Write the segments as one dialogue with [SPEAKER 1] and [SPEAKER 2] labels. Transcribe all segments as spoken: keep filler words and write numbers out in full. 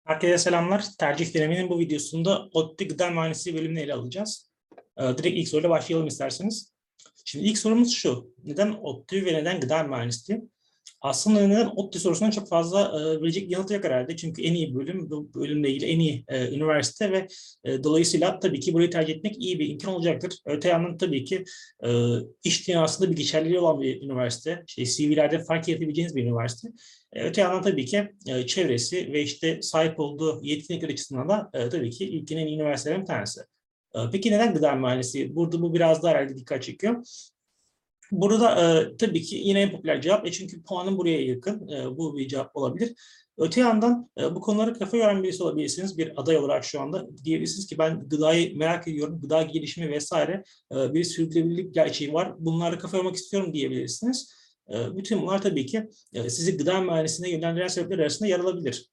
[SPEAKER 1] Herkese selamlar. Tercih denemenin bu videosunda ODTÜ Gıda Mühendisliği bölümünü ele alacağız. Ee, direkt ilk soruyla başlayalım isterseniz. Şimdi ilk sorumuz şu. Neden ODTÜ ve neden gıda mühendisliği? Aslında neden ODTÜ sorusuna çok fazla e, verecek yanıtı yok herhalde. Çünkü en iyi bölüm, bu bölümle ilgili en iyi e, üniversite ve e, dolayısıyla tabii ki burayı tercih etmek iyi bir imkan olacaktır. Öte yandan tabii ki e, iş dünyasında bir geçerliliği olan bir üniversite. İşte C V'lerde fark yaratabileceğiniz bir üniversite. E, öte yandan tabii ki e, çevresi ve işte sahip olduğu yetkinlikler açısından da e, tabii ki ülkenin en iyi üniversitelerinden bir tanesi. E, peki neden gıda mühendisliği? Burada bu biraz daha herhalde dikkat çekiyor. Burada e, tabii ki yine en popüler cevap. E, çünkü puanın buraya yakın. E, bu bir cevap olabilir. Öte yandan e, bu konuları kafa yoran birisi olabilirsiniz. Bir aday olarak şu anda diyebilirsiniz ki ben gıdayı merak ediyorum. Gıda gelişimi vesaire e, bir sürdürülebilirlik gerçeği var. Bunları kafa yormak istiyorum diyebilirsiniz. E, bütün bunlar tabii ki e, sizi gıda mühendisliğine yönlendiren sebepler arasında yer alabilir.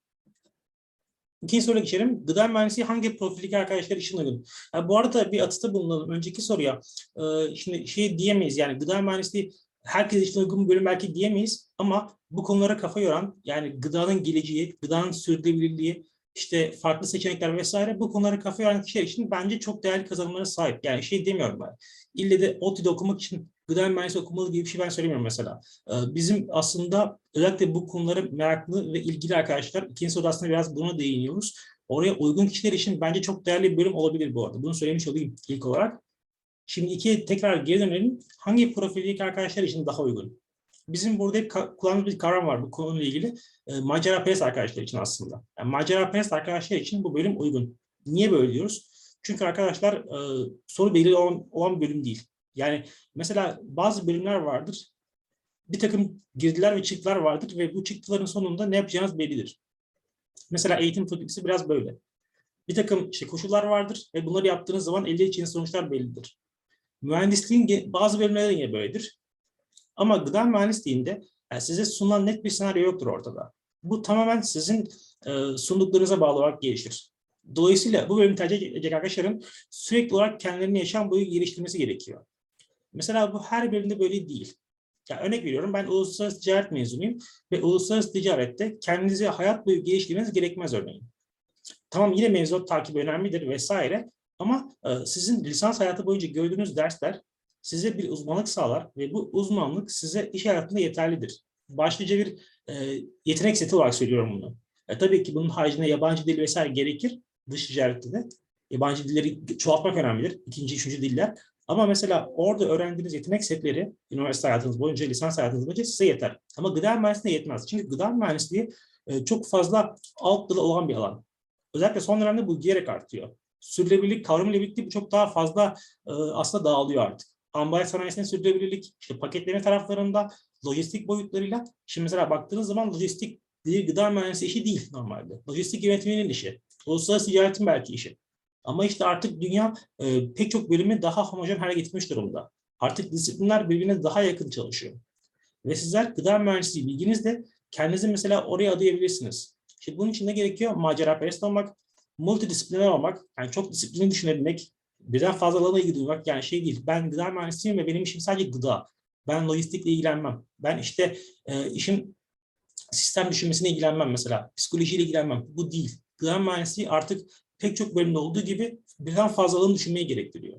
[SPEAKER 1] İkinci soruya geçelim. Gıda mühendisliği hangi profildeki arkadaşlar için uygun? Ha, bu arada bir atıfta bulunalım. Önceki soruya. Ee, şimdi şey diyemeyiz yani gıda mühendisliği herkes için uygun bir bölüm belki diyemeyiz. Ama bu konulara kafa yoran yani gıdanın geleceği, gıdanın sürdürülebilirliği, işte farklı seçenekler vesaire bu konulara kafa yoran kişiler için bence çok değerli kazanımlara sahip. Yani şey demiyorum ben. İlle de ODTÜ'de okumak için gıda mühendisliği okumalı gibi bir şey ben söylemiyorum mesela. Ee, bizim aslında özellikle bu konulara meraklı ve ilgili arkadaşlar ikinci soruda aslında biraz buna değiniyoruz. Oraya uygun kişiler için bence çok değerli bir bölüm olabilir bu arada. Bunu söylemiş olayım ilk olarak. Şimdi ikiye tekrar geri dönelim. Hangi profildeki arkadaşlar için daha uygun? Bizim burada hep kullandığımız bir kavram var bu konuyla ilgili. E, maceraperest arkadaşlar için aslında. Yani maceraperest arkadaşlar için bu bölüm uygun. Niye böyle diyoruz? Çünkü arkadaşlar e, soru belirli olan, olan bir bölüm değil. Yani mesela bazı bölümler vardır. Bir takım girdiler ve çıktılar vardır ve bu çıktıların sonunda ne yapacağınız bellidir. Mesela eğitim fakültesi biraz böyle. Bir takım işte koşullar vardır ve bunları yaptığınız zaman elde edeceğiniz sonuçlar bellidir. Mühendisliğin bazı bölümleri yine böyledir. Ama gıda mühendisliğinde yani size sunulan net bir senaryo yoktur ortada. Bu tamamen sizin e, sunduklarınıza bağlı olarak gelişir. Dolayısıyla bu bölümü tercih edecek arkadaşların sürekli olarak kendilerini yaşam boyu geliştirmesi gerekiyor. Mesela bu her bölümde böyle değil. Yani örnek veriyorum ben uluslararası ticaret mezunuyum ve uluslararası ticarette kendinizi hayat boyu geliştirmeniz gerekmez örneğin. Tamam yine mevzuat takibi önemlidir vesaire ama e, sizin lisans hayatı boyunca gördüğünüz dersler size bir uzmanlık sağlar ve bu uzmanlık size iş hayatında yeterlidir. Başlıca bir e, yetenek seti olarak söylüyorum bunu. E, tabii ki bunun haricinde yabancı dil vesaire gerekir dış ticarette de. Yabancı dilleri çoğaltmak önemlidir. İkinci, üçüncü diller. Ama mesela orada öğrendiğiniz yetenek setleri üniversite hayatınız boyunca, lisans hayatınız boyunca size yeter. Ama gıda mühendisliğine yetmez. Çünkü gıda mühendisliği e, çok fazla alt dalı olan bir alan. Özellikle son dönemde bu giderek artıyor. Sürdürülebilirlik kavramıyla birlikte bu çok daha fazla e, aslında dağılıyor artık. Ambalaj sanayisinin sürdürülebilirlik, işte paketleme taraflarında, lojistik boyutlarıyla. Şimdi mesela baktığınız zaman lojistik bir gıda mühendisi işi değil normalde. Lojistik yönetiminin işi. Uluslararası ticaretin belki işi. Ama işte artık dünya e, pek çok bölümü daha homojen hale getirmiş durumda. Artık disiplinler birbirine daha yakın çalışıyor. Ve sizler gıda mühendisliği bilginizle kendinizi mesela oraya adayabilirsiniz. İşte bunun için ne gerekiyor? Maceraperest olmak, multidisipliner olmak, yani çok disiplini düşünebilmek, birden fazla alana ilgi duymak, yani şey değil. Ben gıda mühendisiyim ve benim işim sadece gıda. Ben lojistikle ilgilenmem. Ben işte e, işin sistem düşünmesine ilgilenmem mesela. Psikolojiyle ilgilenmem. Bu değil. Gıda mühendisliği artık pek çok bölümde olduğu gibi birden fazla alanı düşünmeyi gerektiriyor.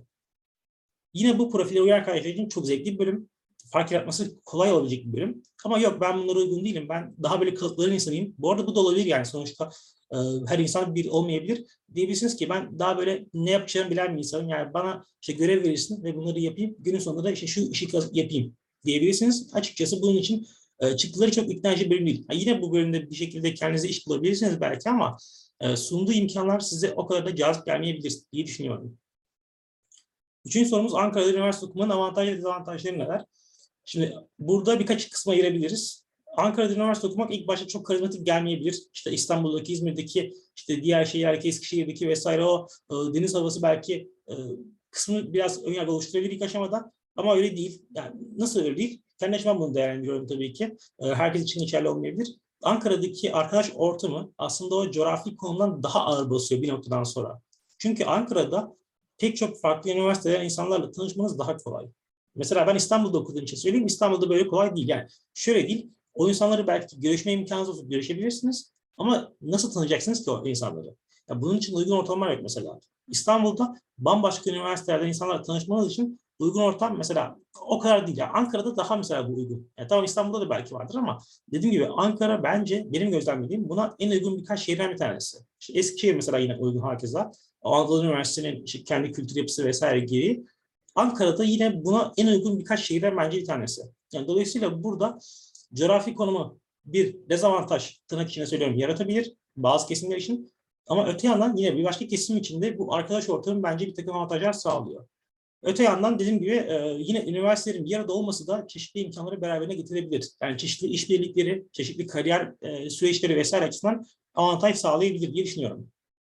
[SPEAKER 1] Yine bu profile uyan arkadaşlar için çok zevkli bir bölüm. Fark yaratması kolay olabilecek bir bölüm. Ama yok ben bunlara uygun değilim. Ben daha böyle kalıpların insanıyım. Bu arada bu da olabilir yani sonuçta e, her insan bir olmayabilir. Diyebilirsiniz ki ben daha böyle ne yapacağımı bilen bir insanım. Yani bana işte görev verirsin ve bunları yapayım. Günün sonunda da işte şu işi yapayım diyebilirsiniz. Açıkçası bunun için e, çıktıları çok ikna edici bir bölüm değil. Ha, yine bu bölümde bir şekilde kendinize iş bulabilirsiniz belki ama e, sunduğu imkanlar size o kadar da cazip gelmeyebilir diye düşünüyorum. Üçüncü sorumuz Ankara'da üniversite okumanın avantaj ve dezavantajları neler? Şimdi burada birkaç kısma ayırabiliriz. Ankara'da üniversite okumak ilk başta çok karizmatik gelmeyebilir. İşte İstanbul'daki, İzmir'deki, işte diğer şehirlerdeki, Eskişehir'deki vesaire o e, deniz havası belki e, kısmı biraz önyargı oluşturabilir ilk aşamada. Ama öyle değil. Yani nasıl öyle değil? Kendi açımdan bunu değerlendiriyorum tabii ki. E, herkes için geçerli olmayabilir. Ankara'daki arkadaş ortamı aslında o coğrafi konumdan daha ağır basıyor bir noktadan sonra. Çünkü Ankara'da pek çok farklı üniversiteden insanlarla tanışmanız daha kolay. Mesela ben İstanbul'da okuduğum için söyleyeyim. İstanbul'da böyle kolay değil. Yani şöyle değil. O insanları belki görüşme imkanınız olsa görüşebilirsiniz. Ama nasıl tanıyacaksınız ki o insanları? Ya bunun için uygun ortamlar yok mesela. İstanbul'da bambaşka üniversitelerde insanlarla tanışmanız için uygun ortam mesela o kadar değil. Yani Ankara'da daha mesela bu uygun. Yani tamam İstanbul'da da belki vardır ama dediğim gibi Ankara bence benim gözlemlediğim buna en uygun birkaç şehirden bir tanesi. İşte Eskişehir mesela yine uygun hakeza. Anadolu Üniversitesi'nin işte kendi kültür yapısı vesaire gibi. Ankara'da yine buna en uygun birkaç şehirden bence bir tanesi. Yani dolayısıyla burada coğrafi konumu bir dezavantaj, tırnak içine söylüyorum, yaratabilir bazı kesimler için. Ama öte yandan yine bir başka kesim için de bu arkadaş ortamı bence bir takım avantajlar sağlıyor. Öte yandan dediğim gibi e, yine üniversitelerin bir arada olması da çeşitli imkanları beraberine getirebilir. Yani çeşitli işbirlikleri, çeşitli kariyer e, süreçleri vesaire açısından avantaj sağlayabilir diye düşünüyorum.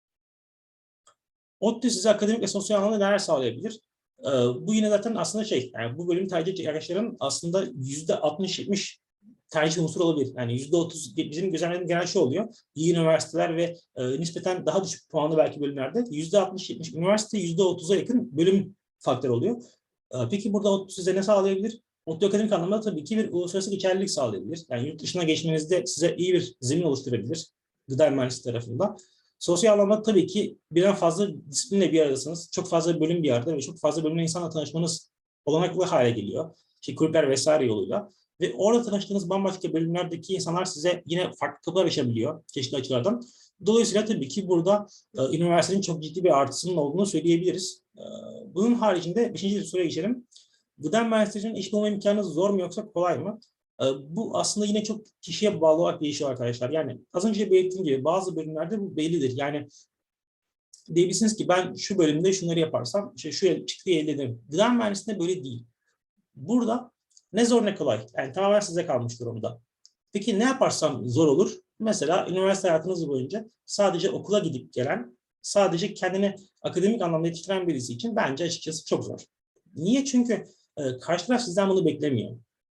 [SPEAKER 1] ODTÜ size akademik ve sosyal anlamda neler sağlayabilir? E, bu yine zaten aslında şey, yani bu bölümü tercih edecek arkadaşların aslında yüzde altmış yetmiş tercih unsuru olabilir. Yani yüzde otuz bizim gözlemlediğimiz genel şey oluyor. İyi üniversiteler ve e, nispeten daha düşük puanlı belki bölümlerde yüzde altmış yetmiş üniversite, yüzde otuza yakın bölüm faktör oluyor. E, peki burada ODTÜ size ne sağlayabilir? ODTÜ akademik anlamda tabii ki bir uluslararası geçerlilik sağlayabilir. Yani yurt dışına geçmenizde size iyi bir zemin oluşturabilir gıda mühendisliği tarafında. Sosyal anlamda tabii ki birden fazla disiplinle bir aradasınız. Çok fazla bölüm bir arada ve çok fazla bölümle insanla tanışmanız olanaklı hale geliyor. İşte kulüpler vesaire yoluyla. Ve orada tanıştığınız bambaşka bölümlerdeki insanlar size yine farklı kapılar açabiliyor çeşitli açılardan. Dolayısıyla tabii ki burada e, üniversitenin çok ciddi bir artısının olduğunu söyleyebiliriz. E, bunun haricinde beşinci soruya geçelim. Gıda mühendisliğinin iş bulma imkanı zor mu yoksa kolay mı? E, bu aslında yine çok kişiye bağlı olarak değişiyor arkadaşlar. Yani az önce belirttiğim gibi bazı bölümlerde bu bellidir. Yani diyebilirsiniz ki ben şu bölümde şunları yaparsam işte şu çıktıyı elde ederim. Gıda mühendisliğinde böyle değil. Burada ne zor ne kolay. Yani tamamen size kalmış durumda. Peki ne yaparsam zor olur? Mesela üniversite hayatınız boyunca sadece okula gidip gelen, sadece kendini akademik anlamda yetiştiren birisi için bence açıkçası çok zor. Niye? Çünkü e, karşı taraf sizden bunu beklemiyor.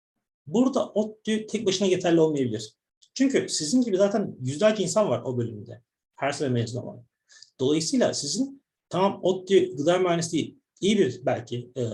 [SPEAKER 1] Burada ODTÜ tek başına yeterli olmayabilir. Çünkü sizin gibi zaten yüzlerce insan var o bölümde. Her sene mezun olan. Dolayısıyla sizin tamam ODTÜ gıda mühendisliği iyi bir belki e,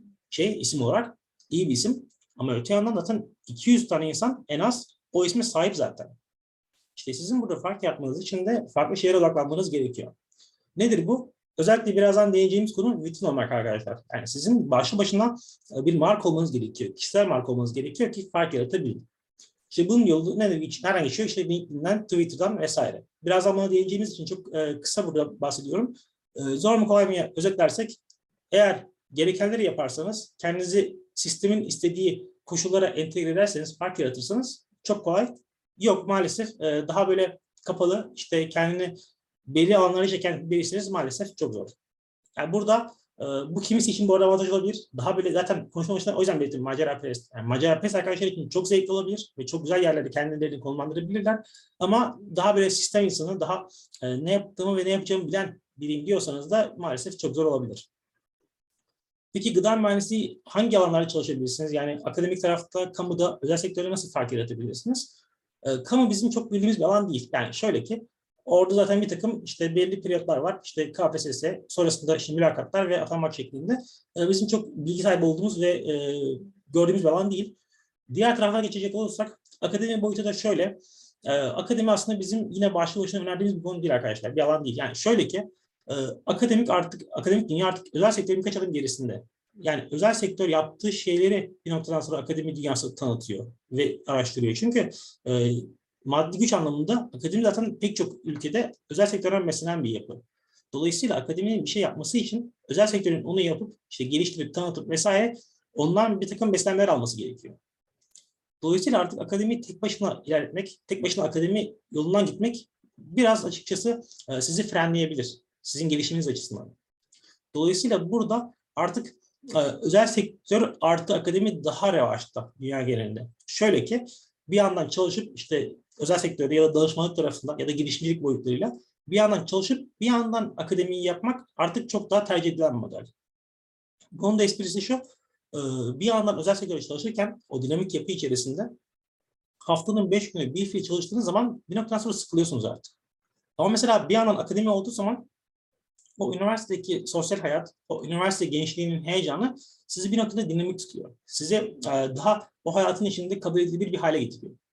[SPEAKER 1] şey isim olarak iyi bir isim. Ama öte yandan zaten iki yüz tane insan en az o isme sahip zaten. İşte sizin burada fark yapmanız için de farklı şeylere odaklanmanız gerekiyor. Nedir bu? Özellikle birazdan değineceğimiz konu vitrin olmak arkadaşlar. Yani sizin başlı başına bir marka olmanız gerekiyor. Kişisel marka olmanız gerekiyor ki fark yaratabilin. İşte bunun yolu nedir, nereden geçiyor? İşte LinkedIn'den, Twitter'dan vesaire. Birazdan buna değineceğimiz için çok e, kısa burada bahsediyorum. E, zor mu kolay mı özetlersek, eğer gerekenleri yaparsanız, kendinizi sistemin istediği koşullara entegre ederseniz, fark yaratırsanız çok kolay. Yok maalesef e, daha böyle kapalı, işte kendini belli alanlara çeken birisiniz maalesef çok zor. Yani burada e, bu kimisi için bu arada avantaj olabilir. Daha böyle zaten konuşma başında o yüzden belirttim maceraperest. Yani maceraperest arkadaşlar için çok zevkli olabilir ve çok güzel yerlerde kendilerini konumlandırabilirler. Ama daha böyle sistem insanı, daha e, ne yaptığımı ve ne yapacağımı bilen biriyim diyorsanız da maalesef çok zor olabilir. Peki gıda mühendisliği hangi alanlarda çalışabilirsiniz? Yani akademik tarafta, kamuda, özel sektörde nasıl fark yaratabilirsiniz? E, kamu bizim çok bildiğimiz bir alan değil. Yani şöyle ki orada zaten bir takım işte belli periyotlar var. İşte K P S S, sonrasında işte mülakatlar ve atanmak şeklinde. E, bizim çok bilgi sahibi olduğumuz ve e, gördüğümüz bir alan değil. Diğer tarafa geçecek olursak akademi boyutu da şöyle. E, akademi aslında bizim yine başlı başına önerdiğimiz bir konu değil arkadaşlar. Bir alan değil. Yani şöyle ki e, akademik artık akademik dünya artık özel sektörün birkaç adım gerisinde. Yani özel sektör yaptığı şeyleri bir noktadan sonra akademi dünyası tanıtıyor ve araştırıyor. Çünkü e, maddi güç anlamında akademi zaten pek çok ülkede özel sektörden beslenen bir yapı. Dolayısıyla akademinin bir şey yapması için özel sektörün onu yapıp işte geliştirip tanıtıp vesaire ondan bir takım beslenmeler alması gerekiyor. Dolayısıyla artık akademi tek başına ilerletmek, tek başına akademi yolundan gitmek biraz açıkçası e, sizi frenleyebilir. Sizin gelişiminiz açısından. Dolayısıyla burada artık e, özel sektör artı akademi daha revaçta dünya genelinde. Şöyle ki bir yandan çalışıp işte özel sektörde ya da danışmanlık tarafında ya da girişimcilik boyutlarıyla bir yandan çalışıp bir yandan akademiyi yapmak artık çok daha tercih edilen bir model. Bunun da esprisi şu, e, bir yandan özel sektörde çalışırken o dinamik yapı içerisinde haftanın beş günü bir fiil çalıştığınız zaman bir noktadan sonra sıkılıyorsunuz artık. Ama mesela bir yandan akademi olduğu zaman o üniversitedeki sosyal hayat, o üniversite gençliğinin heyecanı sizi bir noktada dinamik tutuyor. Sizi e, daha o hayatın içinde kabul edilebilir bir hale getiriyor.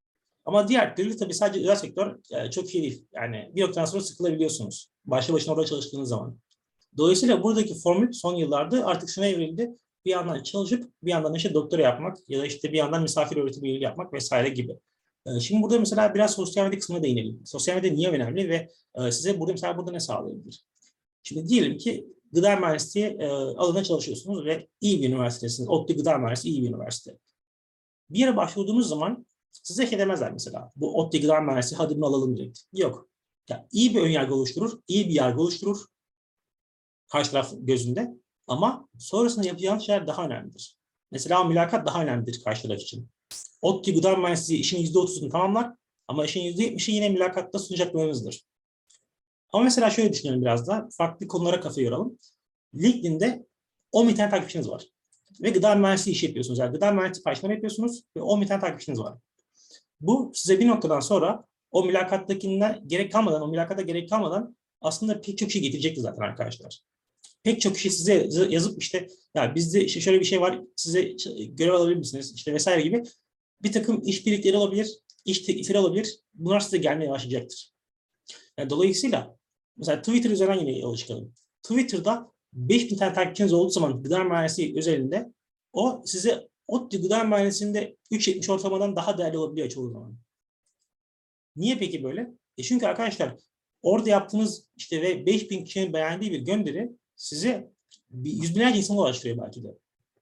[SPEAKER 1] Ama diğer türlü tabii sadece özel sektör e, çok iyi değil. Yani bir noktadan sonra sıkılabiliyorsunuz. Başlı başına orada çalıştığınız zaman. Dolayısıyla buradaki formül son yıllarda artık şuna evrildi. Bir yandan çalışıp bir yandan işte doktora yapmak ya da işte bir yandan misafir öğretim yapmak vesaire gibi. E, Şimdi burada mesela biraz sosyal medya kısmına değinelim. Sosyal medya niye önemli ve e, size burada mesela burada ne sağlayabilir? Şimdi diyelim ki gıda mühendisliği e, alanında çalışıyorsunuz ve iyi bir üniversitesiniz. ODTÜ Gıda Mühendisliği iyi bir üniversite. Bir yere başvurduğunuz zaman size şey demezler mesela. Bu ODTÜ Gıda Mühendisliği hadi bunu alalım direkt. Yok. Ya, iyi bir ön yargı oluşturur, iyi bir yargı oluşturur karşı taraf gözünde. Ama sonrasında yapacağınız şeyler daha önemlidir. Mesela mülakat daha önemlidir karşı taraf için. ODTÜ Gıda Mühendisliği işin yüzde otuzunu tamamlar ama işin yüzde yetmişi yine mülakatta sunacaklarınızdır. Ama mesela şöyle düşünelim biraz da. Farklı konulara kafa yoralım. LinkedIn'de on bin tane takipçiniz var. Ve gıda mühendisliği işi yapıyorsunuz. Yani gıda mühendisliği paylaşımları yapıyorsunuz ve on bin tane takipçiniz var. Bu size bir noktadan sonra o mülakattakine gerek kalmadan, o mülakata gerek kalmadan aslında pek çok şey getirecektir zaten arkadaşlar. Pek çok kişi size yazıp işte ya bizde işte şöyle bir şey var, size görev alabilir misiniz? İşte vesaire gibi bir takım işbirlikleri olabilir, iş teklifleri olabilir. Bunlar size gelmeye başlayacaktır. Yani dolayısıyla mesela Twitter üzerinden yine yola çıkalım. Twitter'da beş bin tane takipçiniz olduğu zaman gıda mühendisliği özelinde o size ODTÜ gıda mühendisliğinde üç yetmiş ortalamadan daha değerli olabiliyor çoğu zaman. Niye peki böyle? E çünkü arkadaşlar orada yaptığınız işte ve beş bin kişinin beğendiği bir gönderi size yüz binlerce insana ulaştırıyor belki de.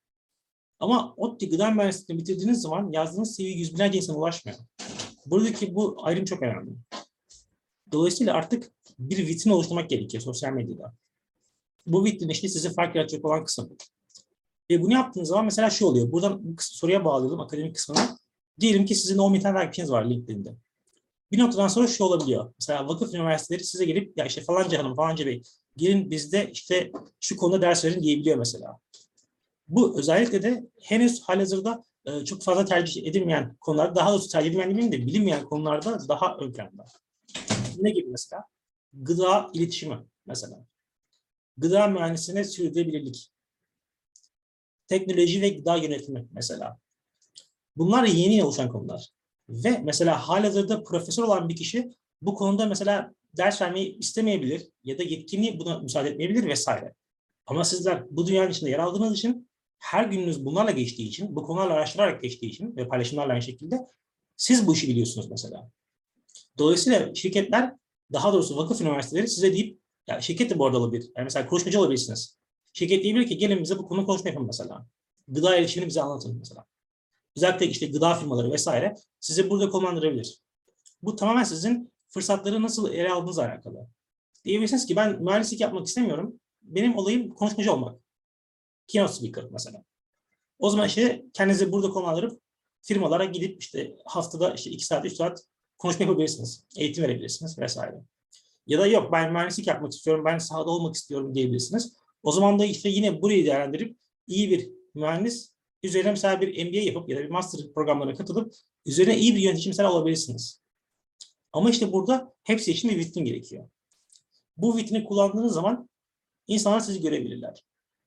[SPEAKER 1] Ama ODTÜ gıda mühendisliğini bitirdiğiniz zaman yazdığınız C V yüz binlerce insana ulaşmıyor. Buradaki bu ayrım çok önemli. Dolayısıyla artık bir vitrin oluşturmak gerekiyor sosyal medyada. Bu vitrin işte sizi fark yaratacak olan kısım. Ve bunu yaptığınız zaman mesela şu oluyor. Buradan bu soruya bağlayalım akademik kısmına. Diyelim ki sizin on bin tane takipçiniz var LinkedIn'de. Bir noktadan sonra şu olabiliyor. Mesela vakıf üniversiteleri size gelip ya işte falanca hanım, falanca bey gelin bizde işte şu konuda ders verin diyebiliyor mesela. Bu özellikle de henüz halihazırda e, çok fazla tercih edilmeyen konular, daha doğrusu tercih edilmeyen değil de bilinmeyen konularda daha ön planda. Ne gibi mesela? Gıda iletişimi mesela. Gıda mühendisliğine sürdürülebilirlik. Teknoloji ve gıda yönetimi mesela. Bunlar yeni oluşan konular. Ve mesela halihazırda profesör olan bir kişi bu konuda mesela ders vermeyi istemeyebilir ya da yetkinliği buna müsaade etmeyebilir vesaire. Ama sizler bu dünyanın içinde yer aldığınız için her gününüz bunlarla geçtiği için, bu konularla araştırarak geçtiği için ve paylaşımlarla aynı şekilde siz bu işi biliyorsunuz mesela. Dolayısıyla şirketler, daha doğrusu vakıf üniversiteleri size deyip, ya şirket de bu arada olabilir. Yani mesela konuşmacı olabilirsiniz. Şirket diyebilir ki gelin bize bu konu konuşma yapın mesela. Gıda iletişimini bize anlatın mesela. Özellikle işte gıda firmaları vesaire sizi burada konumlandırabilir. Bu tamamen sizin fırsatları nasıl ele aldığınızla alakalı. Diyebilirsiniz ki ben mühendislik yapmak istemiyorum. Benim olayım konuşmacı olmak. Keynote speaker mesela. O zaman işte kendinizi burada konumlandırıp firmalara gidip işte haftada işte iki saat, üç saat konuşma yapabilirsiniz. Eğitim verebilirsiniz vesaire. Ya da yok ben mühendislik yapmak istiyorum, ben sahada olmak istiyorum diyebilirsiniz. O zaman da işte yine burayı değerlendirip iyi bir mühendis üzerine mesela bir M B A yapıp ya da bir master programlarına katılıp üzerine iyi bir yönetici mesela olabilirsiniz. Ama işte burada hepsi için bir vitrin gerekiyor. Bu vitrini kullandığınız zaman insanlar sizi görebilirler.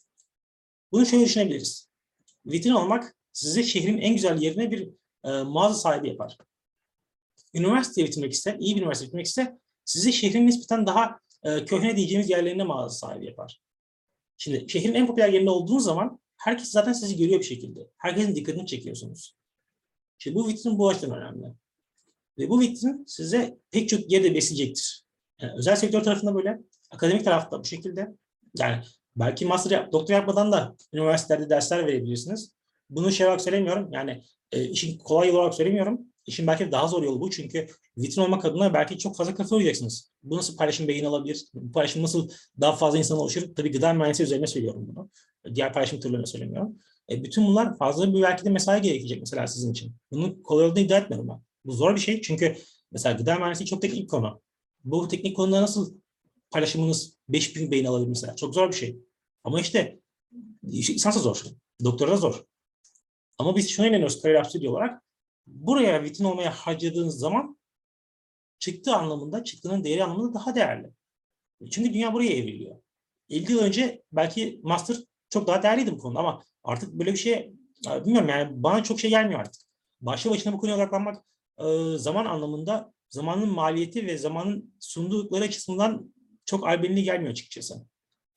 [SPEAKER 1] Bunu şöyle düşünebiliriz. Vitrin olmak sizi şehrin en güzel yerine bir e, mağaza sahibi yapar. Üniversiteye bitirmek ise, iyi bir üniversite bitirmek ise sizi şehrin nispeten daha e, köhne diyeceğimiz yerlerine mağaza sahibi yapar. Şimdi şehrin en popüler yerinde olduğunuz zaman herkes zaten sizi görüyor bir şekilde. Herkesin dikkatini çekiyorsunuz. Şimdi bu vitrin bu açıdan önemli. Ve bu vitrin size pek çok yerde besleyecektir. Yani özel sektör tarafında böyle, akademik tarafta bu şekilde. Yani belki master, yap, doktor yapmadan da üniversitelerde dersler verebilirsiniz. Bunu şey olarak söylemiyorum. Yani e, işin kolay yolu olarak söylemiyorum. İşin belki daha zor yolu bu. Çünkü vitrin olmak adına belki çok fazla kafa yoracaksınız. Bu nasıl paylaşım beyin alabilir? Bu paylaşım nasıl daha fazla insan oluşur? Tabii gıda mühendisliği üzerine söylüyorum bunu. Diğer paylaşım türlerine söylemiyorum. E, bütün bunlar fazla bir belki de mesai gerekecek mesela sizin için. Bunu kolay olduğunu iddia etmiyorum ben. Bu zor bir şey çünkü mesela gıda mühendisliği çok teknik konu. Bu teknik konuda nasıl paylaşımınız beş bin beyin alabilir mesela? Çok zor bir şey. Ama işte lisansa zor. Doktora da zor. Ama biz şuna inanıyoruz kariyer stüdyo olarak. Buraya vitrin olmaya harcadığınız zaman çıktı anlamında, çıktının değeri anlamında daha değerli. Çünkü dünya buraya evriliyor. elli yıl önce belki master çok daha değerliydi bu konuda ama artık böyle bir şey bilmiyorum yani bana çok şey gelmiyor artık. Başlı başına bu konuya odaklanmak e, zaman anlamında zamanın maliyeti ve zamanın sundukları açısından çok albenili gelmiyor açıkçası.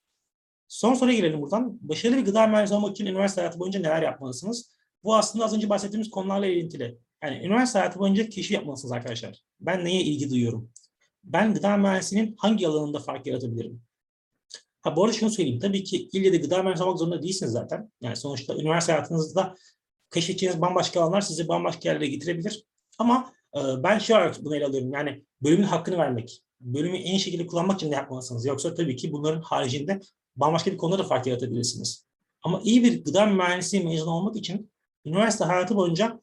[SPEAKER 1] Son soruya girelim buradan. Başarılı bir gıda mühendisi olmak için üniversite hayatı boyunca neler yapmalısınız? Bu aslında az önce bahsettiğimiz konularla ilintili. Yani üniversite hayatı boyunca keşif yapmalısınız arkadaşlar. Ben neye ilgi duyuyorum? Ben gıda mühendisliğinin hangi alanında fark yaratabilirim? Ha, bu arada şunu söyleyeyim. Tabii ki ille de gıda mühendisi olmak zorunda değilsiniz zaten. Yani sonuçta üniversite hayatınızda keşfedeceğiniz bambaşka alanlar sizi bambaşka yerlere getirebilir. Ama e, ben şu olarak bunu ele alıyorum. Yani bölümün hakkını vermek. Bölümü en iyi şekilde kullanmak için de yapmalısınız. Yoksa tabii ki bunların haricinde bambaşka bir konuda da fark yaratabilirsiniz. Ama iyi bir gıda mühendisliği mezunu olmak için üniversite hayatı boyunca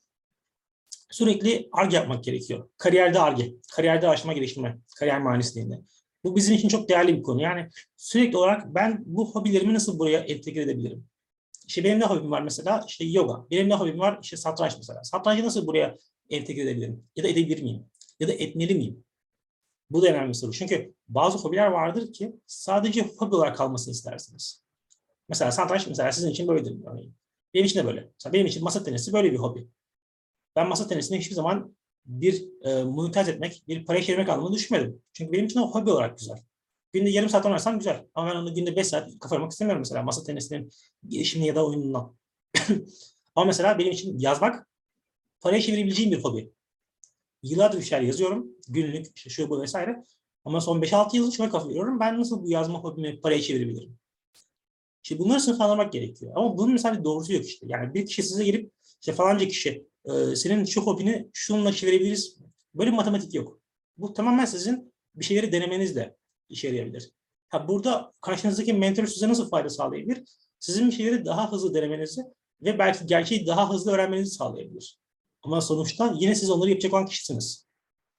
[SPEAKER 1] sürekli Ar-Ge yapmak gerekiyor. Kariyerde Ar-Ge, kariyerde araştırma geliştirme, kariyer mühendisliğinde. Bu bizim için çok değerli bir konu. Yani sürekli olarak ben bu hobilerimi nasıl buraya entegre edebilirim? İşte benim ne hobim var mesela? İşte yoga. Benim ne hobim var? İşte satranç mesela. Satrancı nasıl buraya entegre edebilirim? Ya da edebilir miyim? Ya da etmeli miyim? Bu da önemli bir soru. Çünkü bazı hobiler vardır ki sadece hobi olarak kalmasını istersiniz. Mesela satranç mesela sizin için böyledir örneğin. Benim için de böyle. Mesela benim için masa tenisi böyle bir hobi. Ben masa tenisini hiçbir zaman bir e, monetize etmek, bir para çevirmek anlamında düşünmedim. Çünkü benim için o hobi olarak güzel. Günde yarım saat oynarsam güzel. Ama ben onu günde beş saat kafa yormak istemiyorum mesela masa tenisinin gelişimini ya da oyunundan. Ama mesela benim için yazmak paraya çevirebileceğim bir hobi. Yıllardır bir şeyler yazıyorum. Günlük, işte şu bu vesaire. Ama son beş altı yıldır şuna kafa yoruyorum. Ben nasıl bu yazma hobimi paraya çevirebilirim? İşte bunları sınıflandırmak gerekiyor. Ama bunun mesela bir doğrusu yok işte. Yani bir kişi size gelip işte falanca kişi e, senin şu hobini şununla çevirebiliriz. Böyle bir matematik yok. Bu tamamen sizin bir şeyleri denemenizle işe yarayabilir. Ha, burada karşınızdaki mentor size nasıl fayda sağlayabilir? Sizin bir şeyleri daha hızlı denemenizi ve belki gerçeği daha hızlı öğrenmenizi sağlayabilir. Ama sonuçta yine siz onları yapacak olan kişisiniz.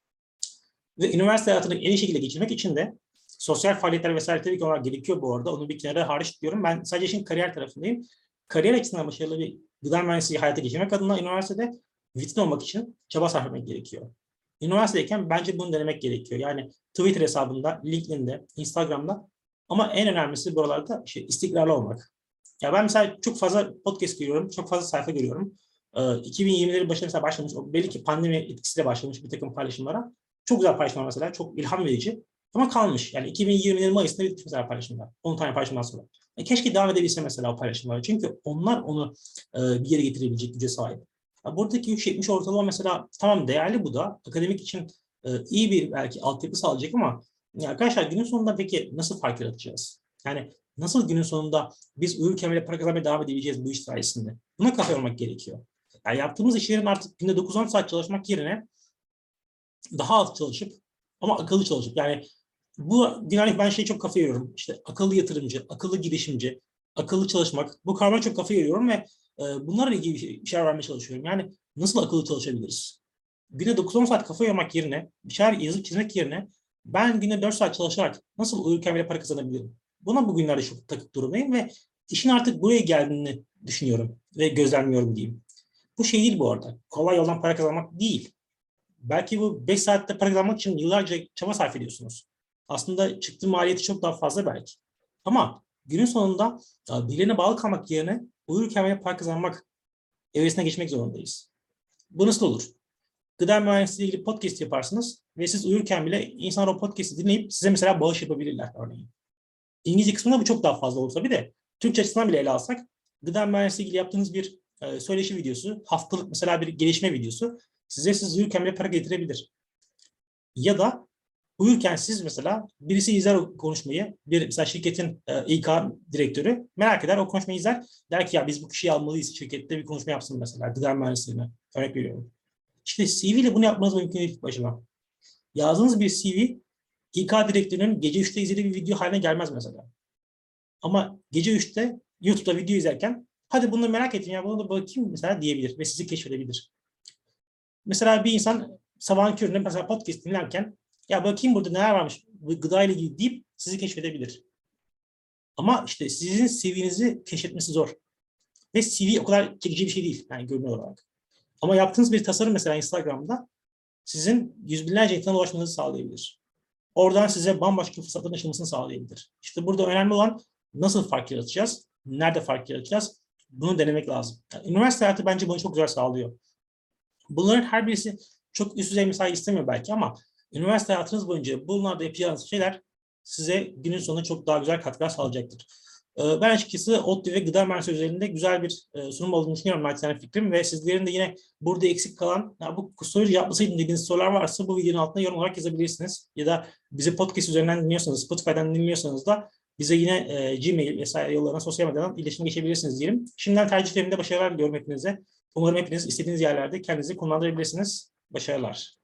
[SPEAKER 1] Ve üniversite hayatını en iyi şekilde geçirmek için de sosyal faaliyetler vesaire tabii ki olarak gerekiyor bu arada. Onu bir kenara hariç diyorum. Ben sadece işin kariyer tarafındayım. Kariyer açısından başarılı bir gıda mühendisliği hayata geçirmek adına üniversitede vitrin olmak için çaba sarf etmek gerekiyor. Üniversitedeyken bence bunu denemek gerekiyor. Yani Twitter hesabında, LinkedIn'de, Instagram'da ama en önemlisi buralarda işte istikrarlı olmak. Ya ben mesela çok fazla podcast görüyorum, çok fazla sayfa görüyorum. Ee, iki bin yirmilerin başında mesela başlamış, belli ki pandemi etkisiyle başlamış bir takım paylaşımlara. Çok güzel paylaşımlar mesela, çok ilham verici. Ama kalmış. Yani iki bin yirminin Mayıs'ında bitmiş mesela paylaşımlar. on tane paylaşımdan sonra. E keşke devam edebilse mesela o paylaşımlar. Çünkü onlar onu e, bir yere getirebilecek güce sahip. Ya buradaki üç yetmiş ortalama mesela tamam değerli bu da. Akademik için e, iyi bir belki altyapı sağlayacak ama ya arkadaşlar günün sonunda peki nasıl fark yaratacağız? Yani nasıl günün sonunda biz uyurken bile para kazanmaya devam edebileceğiz bu iş sayesinde? Buna kafa yormak gerekiyor. Yani yaptığımız işlerin artık günde dokuz on saat çalışmak yerine daha az çalışıp ama akıllı çalışıp yani bu dinamik ben şey çok kafa yoruyorum. İşte akıllı yatırımcı, akıllı girişimci, akıllı çalışmak. Bu kavramı çok kafa yoruyorum ve e, bunlarla ilgili bir, şey, bir şeyler vermeye çalışıyorum. Yani nasıl akıllı çalışabiliriz? Güne dokuz on saat kafa yormak yerine, bir şeyler yazıp çizmek yerine ben güne dört saat çalışarak nasıl uyurken bile para kazanabilirim? Buna bugünlerde çok takıp durumdayım ve işin artık buraya geldiğini düşünüyorum ve gözlemliyorum diyeyim. Bu şey değil bu arada. Kolay yoldan para kazanmak değil. Belki bu beş saatte para kazanmak için yıllarca çaba sarf ediyorsunuz. Aslında çıktığı maliyeti çok daha fazla belki. Ama günün sonunda birilerine bağlı kalmak yerine uyurken bile para kazanmak evresine geçmek zorundayız. Bu nasıl olur? Gıda mühendisliği ile ilgili podcast yaparsınız ve siz uyurken bile insanlar o podcast'i dinleyip size mesela bağış yapabilirler örneğin. İngilizce kısmında bu çok daha fazla olsa bir de Türkçe açısından bile ele alsak gıda mühendisliği ile ilgili yaptığınız bir e, söyleşi videosu, haftalık mesela bir gelişme videosu size siz uyurken bile para getirebilir. Ya da uyurken siz mesela birisi izler o konuşmayı, bir mesela şirketin e, İK direktörü merak eder, o konuşmayı izler. Der ki ya biz bu kişiyi almalıyız, şirkette bir konuşma yapsın mesela gıda mühendisliğine. Örnek veriyorum. İşte C V ile bunu yapmanız mümkün değil başına. Yazdığınız bir C V İK direktörünün gece üçte izlediği bir video haline gelmez mesela. Ama gece üçte YouTube'da video izlerken hadi bunu merak ettim ya bunu da bakayım mesela diyebilir ve sizi keşfedebilir. Mesela bir insan sabahın köründe mesela podcast dinlerken ya bakayım burada neler varmış bu gıda ile ilgili deyip sizi keşfedebilir. Ama işte sizin C V'nizi keşfetmesi zor. Ve C V o kadar çekici bir şey değil yani görünür olarak. Ama yaptığınız bir tasarım mesela Instagram'da sizin yüz binlerce insana ulaşmanızı sağlayabilir. Oradan size bambaşka fırsatların açılmasını sağlayabilir. İşte burada önemli olan nasıl fark yaratacağız? Nerede fark yaratacağız? Bunu denemek lazım. Yani üniversite hayatı bence bunu çok güzel sağlıyor. Bunların her birisi çok üst düzey mesai istemiyor belki ama üniversite hayatınız boyunca bunlarda yapacağınız şeyler size günün sonunda çok daha güzel katkılar sağlayacaktır. Ben açıkçası ODTÜ ve gıda mühendisliği üzerinde güzel bir sunum olduğunu düşünüyorum. Naçizane fikrim ve sizlerin de yine burada eksik kalan, ya bu soruyu yapmasaydım dediğiniz sorular varsa bu videonun altına yorum olarak yazabilirsiniz. Ya da bizi podcast üzerinden dinliyorsanız, Spotify'dan dinliyorsanız da bize yine e, Gmail vesaire yollarına, sosyal medyadan iletişime geçebilirsiniz diyelim. Şimdiden tercihlerinde başarılar diliyorum hepinize. Umarım hepiniz istediğiniz yerlerde kendinizi konumlandırabilirsiniz. Başarılar.